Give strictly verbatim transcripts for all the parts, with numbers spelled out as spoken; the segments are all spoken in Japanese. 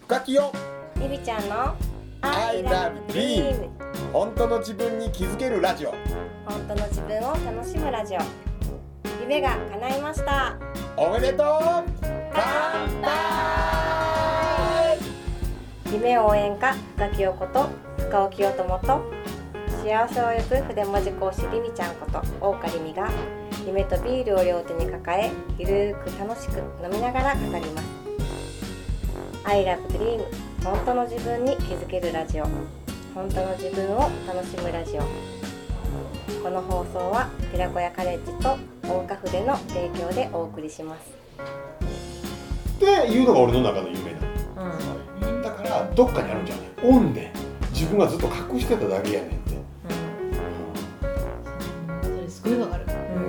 深きよゆりちゃんの I love dream 本当の自分に気づけるラジオ。 本当の自分を楽しむラジオ。夢が叶いました。 おめでとう。乾杯。 夢応援歌深きよこと深尾清友と幸せを呼ぶ筆文字講師りみちゃんこと大岡りみが夢とビールを両手に抱えゆるく楽しく飲みながら語ります。 I love dream 本当の自分に気づけるラジオ。本当の自分を楽しむラジオ。この放送は寺子屋カレッジと大岡筆の提供でお送りしますっていうのが俺の中の夢なの、うん、だからどっかにあるんじゃないオンで自分がずっと隠してただけやねんって、 うんうん、それすごいわかる、うんうん、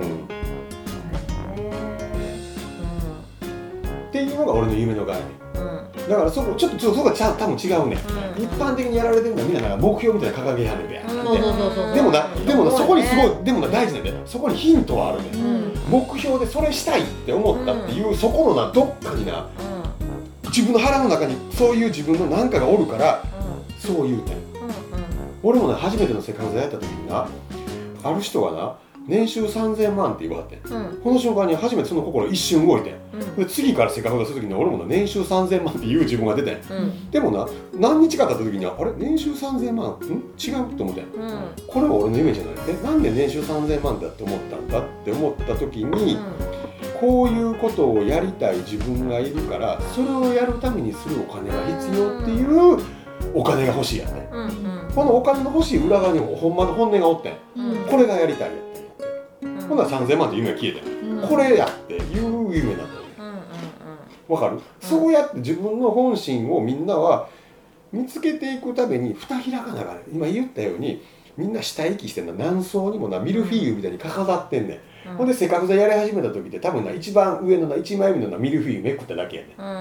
っていうのが俺の夢の概念。だからそこちょっとそこがちゃ多分違うね、うん、一般的にやられてるのはみんななんか目標みたいな掲げはるんだよ、うん、でもなでもなそこにすごいでもな大事なんだよ。そこにヒントはあるね、うん、目標でそれしたいって思ったっていう、うん、そこのなどっかにな、うん、自分の腹の中にそういう自分の何かがおるから、うん、そう言うてん、うんうん、俺もね初めてのセカンドやった時になある人がな年収さんぜんまんって言わはって、うん、この瞬間に初めてその心一瞬動いて、うん、で次からセカフォ出す時に俺もな年収さんぜんまんって言う自分が出てん、うん、でもな何日か経った時にはあれ年収さんぜんまんん違うと思ってん、うん、これは俺の夢じゃないえなんで年収さんぜんまんだって思ったんだって思った時に、うん、こういうことをやりたい自分がいるからそれをやるためにするお金が必要っていうお金が欲しいやね、うんうん、このお金の欲しい裏側にもほんまの本音がおってん、うん、これがやりたいやほんならさんぜんまんって夢が消えて、うん、これやっていう夢だったね、うんうんうん、わかる、うん、そうやって自分の本心をみんなは見つけていくために蓋開かながら今言ったようにみんな下息してんの何層にもなミルフィーユみたいに飾ってんねん、うん、ほんでせっかくやり始めた時って多分な一番上のないちまいめのなミルフィーユめくっただけやねん、うんうん、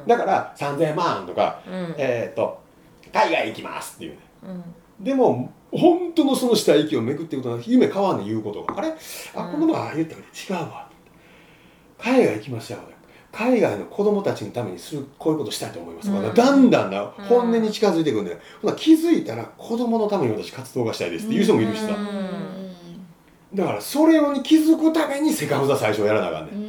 だからさんぜんまんとか、うん、えっと海外行きますっていうね、うん、でも本当のその下息をめくっていくと夢変わんねん言うことがあれあこの前言ったけど違うわ海外行きましたよ海外の子供たちのためにするこういうことしたいと思います、うん、だんだんな本音に近づいてくるんで、うん、気づいたら子供のために私活動がしたいですっていう人もいるしさ、うん、だからそれに気づくためにセカフザ最初やらなあかんねん、うん、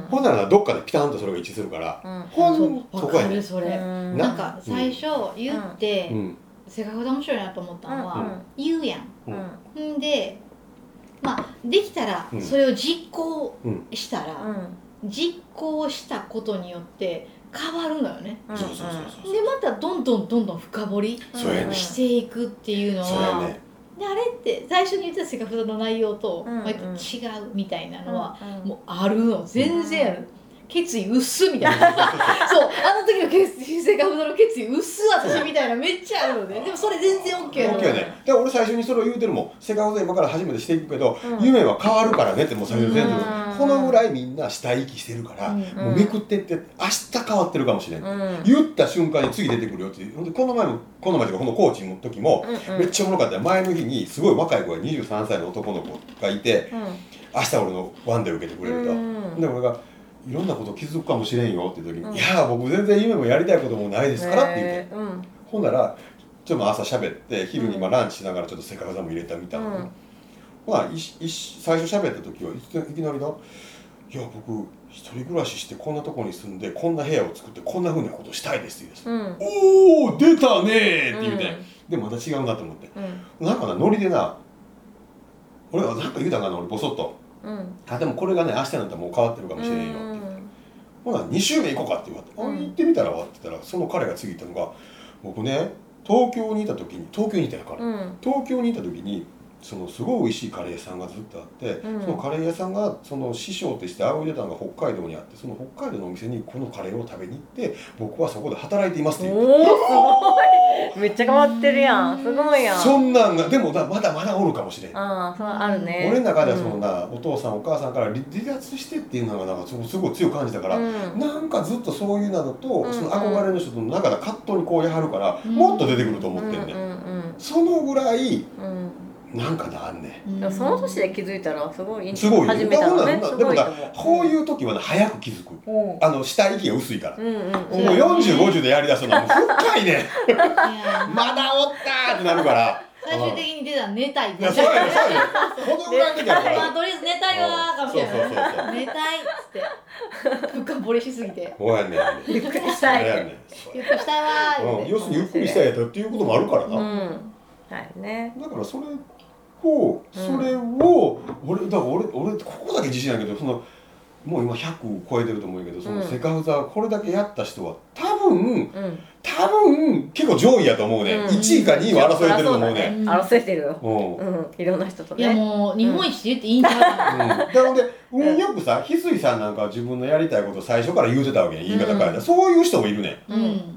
ほんならどっかでピタンとそれが一致するから、うん、ほんそこやねんそれ、うん、なんか最初言って、うんうんセカフザ面白いなと思ったのは、うん、言うやん、うん、んで、まあ、できたらそれを実行したら、うん、実行したことによって変わるのよね、うん、でまたどんどんどんどん深掘りしていくっていうのは、ね、であれって最初に言ったセカフザの内容と、うんうん、違うみたいなのは、うんうん、もうあるの全然ある、うん決意薄みたいなそうあの時の決意セカフザの決意薄私みたいなめっちゃあるので、ね、でもそれ全然 OK なの OK やねで俺最初にそれを言うてるもんセカフザ今から初めてしていくけど、うん、夢は変わるからねってもう最初に全部このぐらいみんな下息してるから、うん、もうめくってって明日変わってるかもしれん、うん、言った瞬間に次出てくるよってほんでこの前もこの前とかこのコーチの時も、うんうん、めっちゃおもろかったよ前の日にすごい若い子がにじゅうさんさいの男の子がいて、うん、明日俺のワンデー受けてくれると、うん、で俺がいろんなこと気づくかもしれんよって時に、うん、いや僕全然夢もやりたいこともないですからって言って、うん、ほんならちょっと朝喋って昼にまあランチしながらちょっとセカフザも入れたみたいな、うん、ほな最初喋った時はいきなりな「いや僕一人暮らししてこんなとこに住んでこんな部屋を作ってこんなふうなことしたいです」って言うんです、うん、おー出たねーって言うて、うん、でもまた違うなと思って、うん、なんかなノリでな俺はなんか言うたんかな俺ボソッと。うん、あでもこれがね明日になったらもう変わってるかもしれんよって言って、ほなに週目行こうかって言われて、うん、あ行ってみたらわって言ったらその彼が次言ったのが僕ね東京にいた時に東京にいたから、うん、東京にいた時にそのすごい美味しいカレー屋さんがずっとあって、うん、そのカレー屋さんがその師匠として仰いでたのが北海道にあってその北海道のお店にこのカレーを食べに行って僕はそこで働いていますって言っておーすごいめっちゃ変わってるやんすごいやんそんなんがでもまだまだおるかもしれんああそうあるね俺の中ではそのな、うん、お父さんお母さんから離脱してっていうのがなんかすごい強く感じたから、うん、なんかずっとそういうのと、うん、その憧れの人との中で葛藤にこうやはるから、うん、もっと出てくると思ってんね、うんうんうん、そのぐらい、うんなんかなんね、 うん、その年で気づいたらすごいすごい始めたのね。 でもだこういう時はね早く気づく、うん、あの下息が薄いから、うんうん、もうよんじゅう、ごじゅうでやりだすのはもう深いねまだおったーってなるから最終的に出たら寝たいってそうやねそうやねこのぐらいの時はまあとりあえず寝たいわーかもしれないそうそうそうそう寝たいっつって深掘りしすぎてそうやねゆっくりしたいゆっくりしたいわー、 うん、要するにゆっくりしたいやったっていうこともあるからな、 うんはいね、 だからそれをそれを、うん、俺だから俺俺ここだけ自信ないけどそのもう今ひゃく超えてると思うけどそのセカフザこれだけやった人は多分、うん、多分結構上位やと思うね、うん、いちいかにいは争えてると思うね、 うん、争えてるよ、うんうん、いろんな人とねいやもう日本一って言っていいんちゃうかな、 うん、なので運よくさ翡翠さんなんかは自分のやりたいことを最初から言うてたわけね言い方変えたら、うん、そういう人もいるね、うん、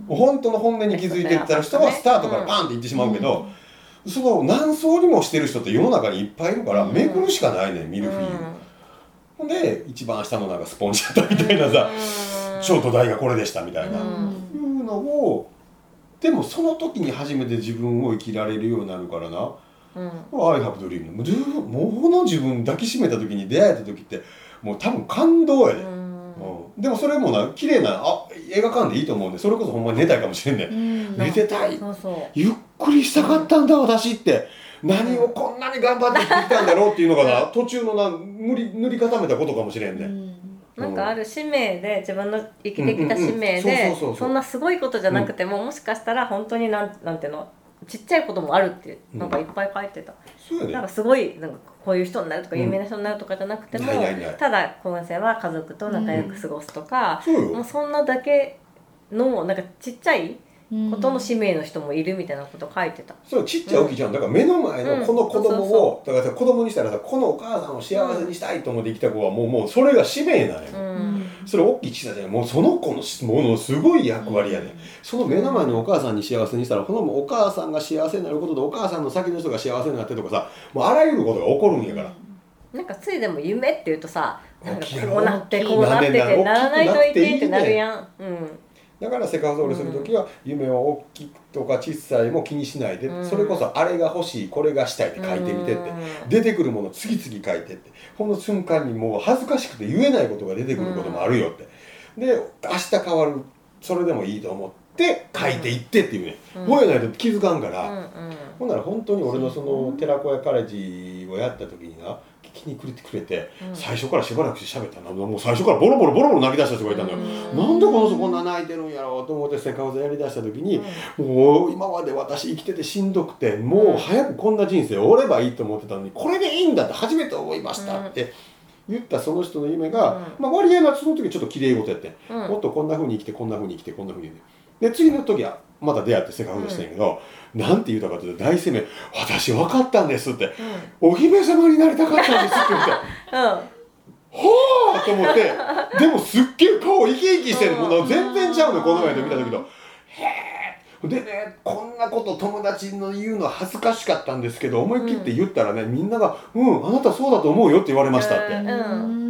本当の本音に気づいていった人はスタートからパンっていってしまうけど、うん、その何層にもしてる人って世の中にいっぱいいるから、うん、めくるしかないねミルフィーユ、うん、で一番下のなんかスポンジだったみたいなさ、うん、ショート代がこれでしたみたいな、うん、いうのをでもその時に初めて自分を生きられるようになるからな、うん、I have dream もうこの自分抱きしめた時に出会えた時ってもう多分感動やで、うんうん、でもそれもな綺麗なあ映画館でいいと思うんでそれこそほんまに寝たいかもしれんね、うん、寝てたいそうそうゆっくりしたかったんだ、うん、私って何をこんなに頑張ってきたんだろうっていうのがな途中のな塗り塗り固めたことかもしれんね、うんなんかある使命で自分の生きてきた使命でそんなすごいことじゃなくても、うん、もしかしたら本当になんなんていうのちっちゃいこともあるってなんかいっぱい書いてた、うん、なんかすごいなんかこういう人になるとか有名な人になるとかじゃなくても、うん、ただ今世は家族と仲良く過ごすとか、うん、もうそんなだけのなんかちっちゃいことの使命の人もいるみたいなこと書いてた。 そうちっちゃい大きいじゃん。だから目の前のこの子供を、だからさ子供にしたらさこのお母さんを幸せにしたいと思って生きた子はもうもうそれが使命なんや、うん、それ大きい小さいじゃないもうその子のものすごい役割やね、うん、その目の前のお母さんに幸せにしたらこのお母さんが幸せになることでお母さんの先の人が幸せになってとかさもうあらゆることが起こるんやから。 うん、なんかついでも夢って言うとさなんかこうなってこうなってってならないといけんってなるやん。うん。 だからセカフザをするときは夢を大きいとか小さいも気にしないで、うん、それこそあれが欲しいこれがしたいって書いてみてって、うん、出てくるもの次々書いてってこの瞬間にもう恥ずかしくて言えないことが出てくることもあるよって、うん、で明日変わるそれでもいいと思って書いていってっていうね、うん、ほうやないと気づかんから、うんうん、ほんなら本当に俺のその寺子屋カレッジをやった時にな聞きに来てくれて、うん、最初からしばらくして喋ったなもう最初からボロボロボロボロ泣き出した人がいたんだよ、うん、なんでこの人こんな泣いてるんやろうと思ってセカフザやりだした時に、うん、もう今まで私生きててしんどくてもう早くこんな人生終わればいいと思ってたのにこれでいいんだって初めて思いましたって言ったその人の夢が、うんまあ、割合なその時ちょっと綺麗事やって、うん、もっとこんな風に生きてこんな風に生きてこんな風にで次の時はまた出会ってセカフザしたんやけど、うん、なんて言うたかというと大生命私分かったんですって、うん、お姫様になりたかったんですって言って、うん、はぁと思ってでもすっげえ顔生き生きしてるもの全然ちゃうのこの前で見た時とへえでねこんなこと友達の言うの恥ずかしかったんですけど思い切って言ったらね、うん、みんなが「うんあなたそうだと思うよ」って言われましたって、うん、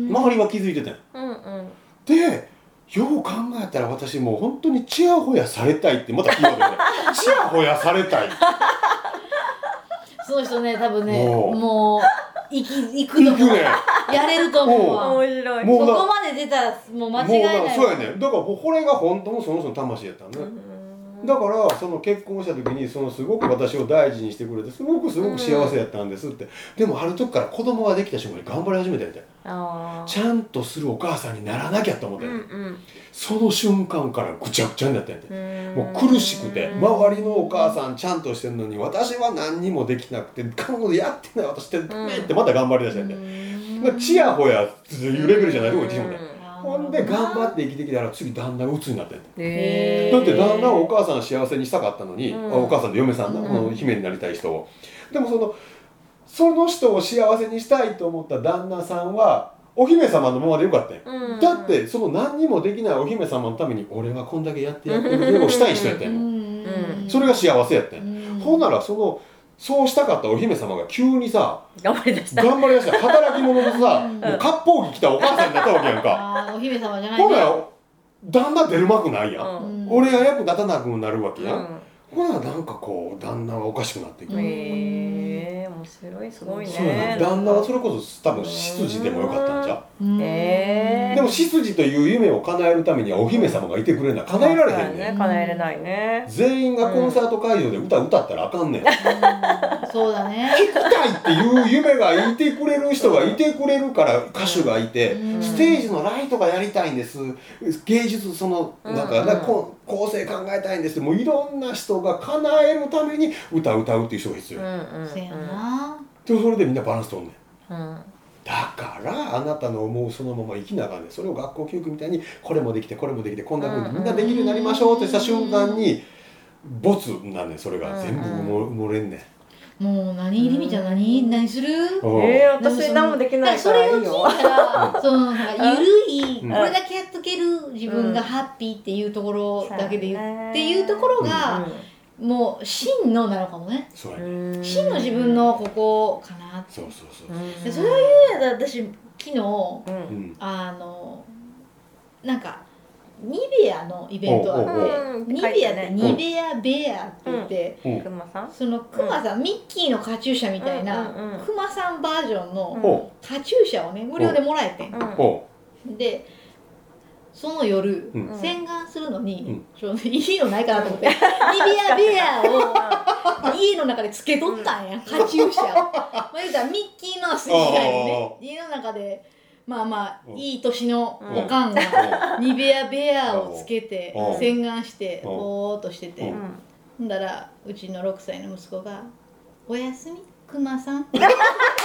周りは気づいてて、うんうん、でよう考えたら私もう本当にチヤホヤされたいってまたキーワードでねチヤホヤされたいその人ね多分ねもう生き行くのもやれると思うわ面白いもうそこまで出たらもう間違いないもうそうやねだからこれが本当のその人の魂やったのね、うんだからその結婚した時にそのすごく私を大事にしてくれてすごくすごく幸せやったんですって、うん、でもある時から子供ができた瞬間に頑張り始めてんてちゃんとするお母さんにならなきゃと思ってんて、うんうん、その瞬間からぐちゃぐちゃになってんてもう苦しくて周りのお母さんちゃんとしてんのに私は何にもできなくて彼女やってない私ってダメってまた頑張りだしてんてチヤホヤっていうレベルじゃないとこ行ってしまってほんで頑張って生きてきたら次旦那が鬱になってんてだって旦那はお母さん幸せにしたかったのに、うん、お母さんと嫁さんの、うん、姫になりたい人をでもそのその人を幸せにしたいと思った旦那さんはお姫様のままでよかったん、うん、だってその何にもできないお姫様のために俺はこんだけやってやってるをしたい人やったんよ、うん、それが幸せやったん、うん、ほんならそのそうしたかったお姫様が急にさ頑張りだした頑張りだした働き者のさ、うん、もう割烹着着たお母さんになったわけやんかあお姫様じゃないほんなら旦那出るまくないやん、うん、俺が役立たなくなるわけやん、うん、 ほらなんかこう旦那がおかしくなっていく。 へえ面白いすごいそうやね。 ね、旦那はそれこそ多分執事でもよかったんじゃうんへえでも執事という夢を叶えるためにはお姫様がいてくれな叶えられへんねん。 叶えれないね。 全員がコンサート会場で歌歌ったらあかんねん。 そうだね。 聴きたいっていう夢がいてくれる人がいてくれるから歌手がいて、 うんステージのライトがやりたいんです、芸術そのなんか、 うんなんかこう構成考えたいんですって、もういろんな人が叶えるために歌歌うっていう人が必要、 うんうんそうやな。 でそれでみんなバランス取んねん。 うんだからあなたの思うそのまま生きながらね、それを学校教育みたいにこれもできてこれもできてこんな風にみんなできるようになりましょうってした瞬間にボツなんねん。それが全部埋も埋もれんねん。 もう何りみちゃん何何する？ うんえー、私何もできないからいいよ。 それを聞いたら、そのなんかゆるい、 うんこれだけやっとける自分がハッピーっていうところだけで言うっていうところが、もう真のなのかもね。 そうやね。 真の自分のここかなって。 そうそうそう。 でそれを言うやったら私昨日うんうんあのなんかニベアのイベントがあって、 うんニベアってニベアベアって言って、 うんくまさんそのクマさん、ミッキーのカチューシャみたいな、 うんうんうんクマさんバージョンのおカチューシャをね無料でもらえてん、 うんおでその夜、 うん洗顔するのに、 うんちょいいのないかなと思ってニベアベアを家の中でつけとったんや、カチューシャを。まあ言うたらミッキーマウスみたいにね、家の中でまあまあうんいい年のおかんがニベアベアをつけてうん洗顔してうんぼーっとしてて、 うんほんだらうちのろくさいの息子が「おやすみくまさん」ってか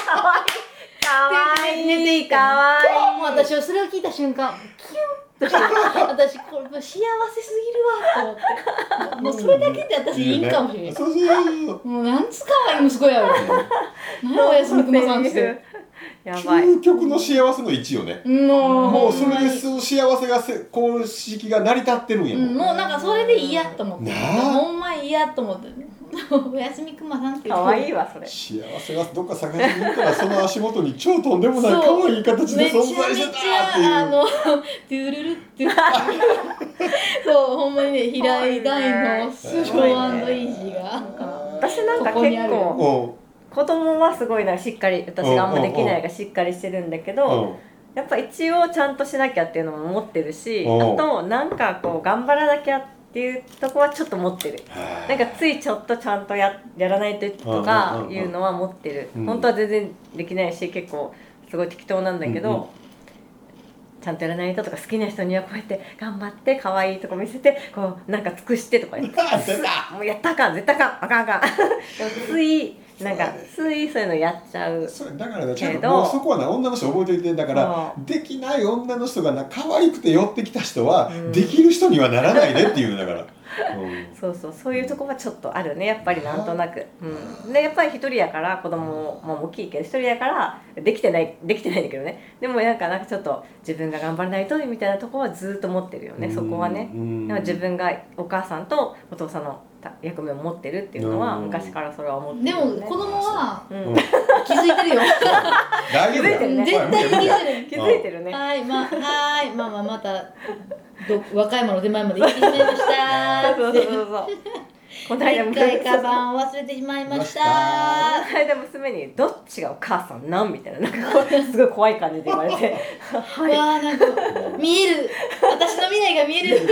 わいい。 寝ていいかかわいい。 もう私はそれを聞いた瞬間キュンとして私これ幸せすぎるわと思ってもうそれだけで私いいんかもしれない。 そうそうそう。 もうなんつかわいい息子やろ。何やおやすみくまさんって。 やばい。 究極の幸せの一よね。 もうもうそれでほんまにその幸せがせ公式が成り立ってるんやうん、 もん。 もうなんかそれで嫌と思って。 なあほんま嫌と思って。おやすみくまさんって言かうわいいわそれ。 幸せがどっか探しに行ったらその足元に超とんでもない可愛い形で存在してたっていう。 あのトゥルルってそうほんまにね平井大のスショーイージーが私なんかここにある結構お子供はすごいなしっかり私があんまできないがしっかりしてるんだけうどんやっぱ一応ちゃんとしなきゃっていうのも持ってるしあうんとなんかこう頑張らなきゃっていうとこはちょっと持ってる。なんかついちょっとちゃんと や, やらないととかいうのは持ってる、 うん本当は全然できないし結構すごい適当なんだけど、 うんうんちゃんとやらないととか好きな人にはこうやって頑張って可愛いとこ見せてこうなんか尽くしてとかやってあ出たもうやったらあかん絶対あかんあかんあかんでもついなんかついそういうのやっちゃう。 それだからねちゃんとけどもうそこはな女の人覚えておいてんだからできない女の人がな可愛くて寄ってきた人は、 うんできる人にはならないねっていうのだから、うんそうそうそういうとこはちょっとあるねやっぱりなんとなく、うん、でやっぱり一人やから子供も大きいけど一人やからできてないできてないんだけどねでもなんかなんかちょっと自分が頑張らないとみたいなとこはずっと持ってるよね、そこはね、 うんでも自分がお母さんとお父さんの役目を持ってるっていうのはうん昔からそれは思ってるでよね、 も子供はうんうん気づいてるよ大丈夫気づいてるね絶対気づいてる気づいてるね、 はい、まあ、はい、まあまあ、また、ど、和歌山の手前まで行ってしまいましたそうそうそうそうこの間でっかいカバンを忘れてしまいましたこの間娘に「どっちがお母さんなん?」みたいななんかこうすごい怖い感じで言われて「はい」 わあ、なんか、見える私の未来が見える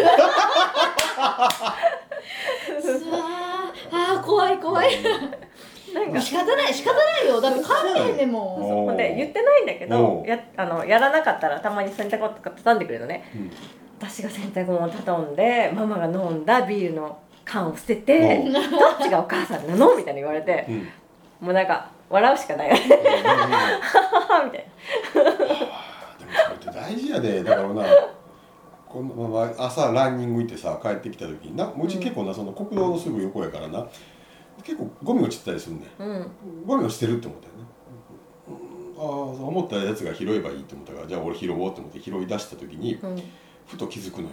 ああ、怖い怖いなんか仕方ない仕方ないよだって帰れへんねんもんおほんで言ってないんだけおどうやあのやらなかったらたまに洗濯物とか畳んでくれるのねうん私が洗濯物を畳んでママが飲んだビールの缶を捨てておうどっちがお母さんなのみたいに言われてうんもうなんか笑うしかないよねうんうんうんはははみたいでもそれって大事やでだからなこのまま朝ランニング行ってさ帰ってきた時になうち結構なその国道のすぐ横やからな結構ゴミ落ちてたりするねなうんゴミ落ちてるって思ったよね、うん、ああ思ったやつが拾えばいいって思ったからじゃあ俺拾おうって思って拾い出した時にうんふと気づくのよ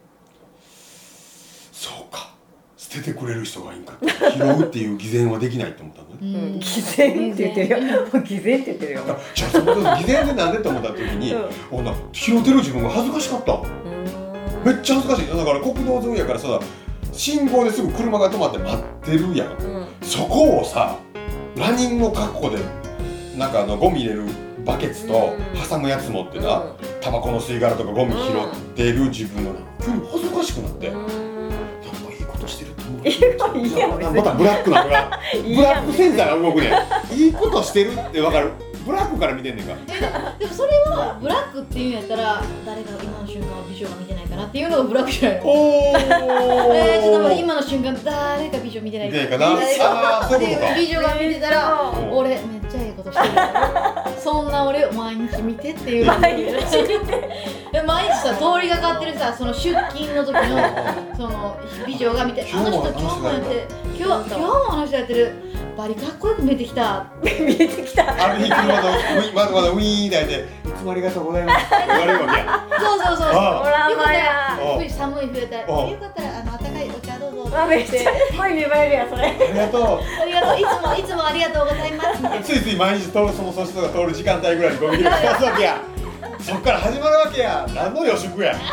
そうか捨ててくれる人がいいんかって拾うっていう偽善はできないって思ったのねうん偽善って言ってるよもう偽善って言ってるよあじゃあその偽善でなんでって思った時に、 うんおな拾ってる自分が恥ずかしかったのうんめっちゃ恥ずかしいだから国道沿いやからさ信号ですぐ車が止まって待ってるやん、うん、そこをさランニングの格好でなんかあのゴミ入れるバケツと挟むやつ持ってな、うん、タバコの吸い殻とかゴミ拾ってる自分が急に恥ずかしくなって、うん、なんかいいことしてるって思う。いいやんまたブラックなのがブラックセンサーが動くねん。いいことしてるって分かる。ブラックから見てんねんか。 でもそれはブラックっていうんやったら誰が今の瞬間は美女が見てないかなっていうのがブラックじゃないの。おーえー、ちょっと待って今の瞬間誰か美女見てないかな。見てないかな。あーそういうことか。美女が見てたら俺めっちゃいいことしてるそんな俺を毎日見てっていうの毎日毎日さ通りがかってるさその出勤の時のその美女が見てあの人今日もやって今日今日もあの人やってるバリかっこよく見えてきた見えてきたある日車のまだまだウィーンだいていつもありがとうございますって言われるわけやそうそうそうほらよかったら冬寒い冬だったらよかったらあの温かいお茶どうぞってめっちゃすごい見栄えるやそれありがとうありがとういつもいつもありがとうございますってついつい毎日通るそのその人が通る時間帯ぐらいにゴミ拾いしますわけやそっから始まるわけや何の予祝や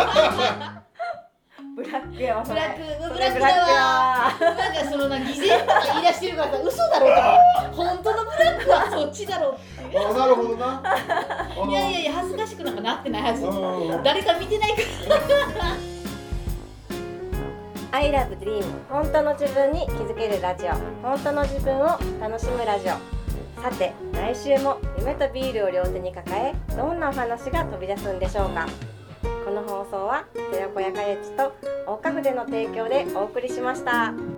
ブラックやわブラックブラックだわなんかそのな偽善とか言い出してるからさ嘘だろうから本当のブラックはそっちだろうってあなるほどないやいやいや恥ずかしくなんかなってないはず誰か見てないから I love dream 本当の自分に気づけるラジオ本当の自分を楽しむラジオさて来週も夢とビールを両手に抱えどんなお話が飛び出すんでしょうか。この放送は寺子屋カレッジと大家具での提供でお送りしました。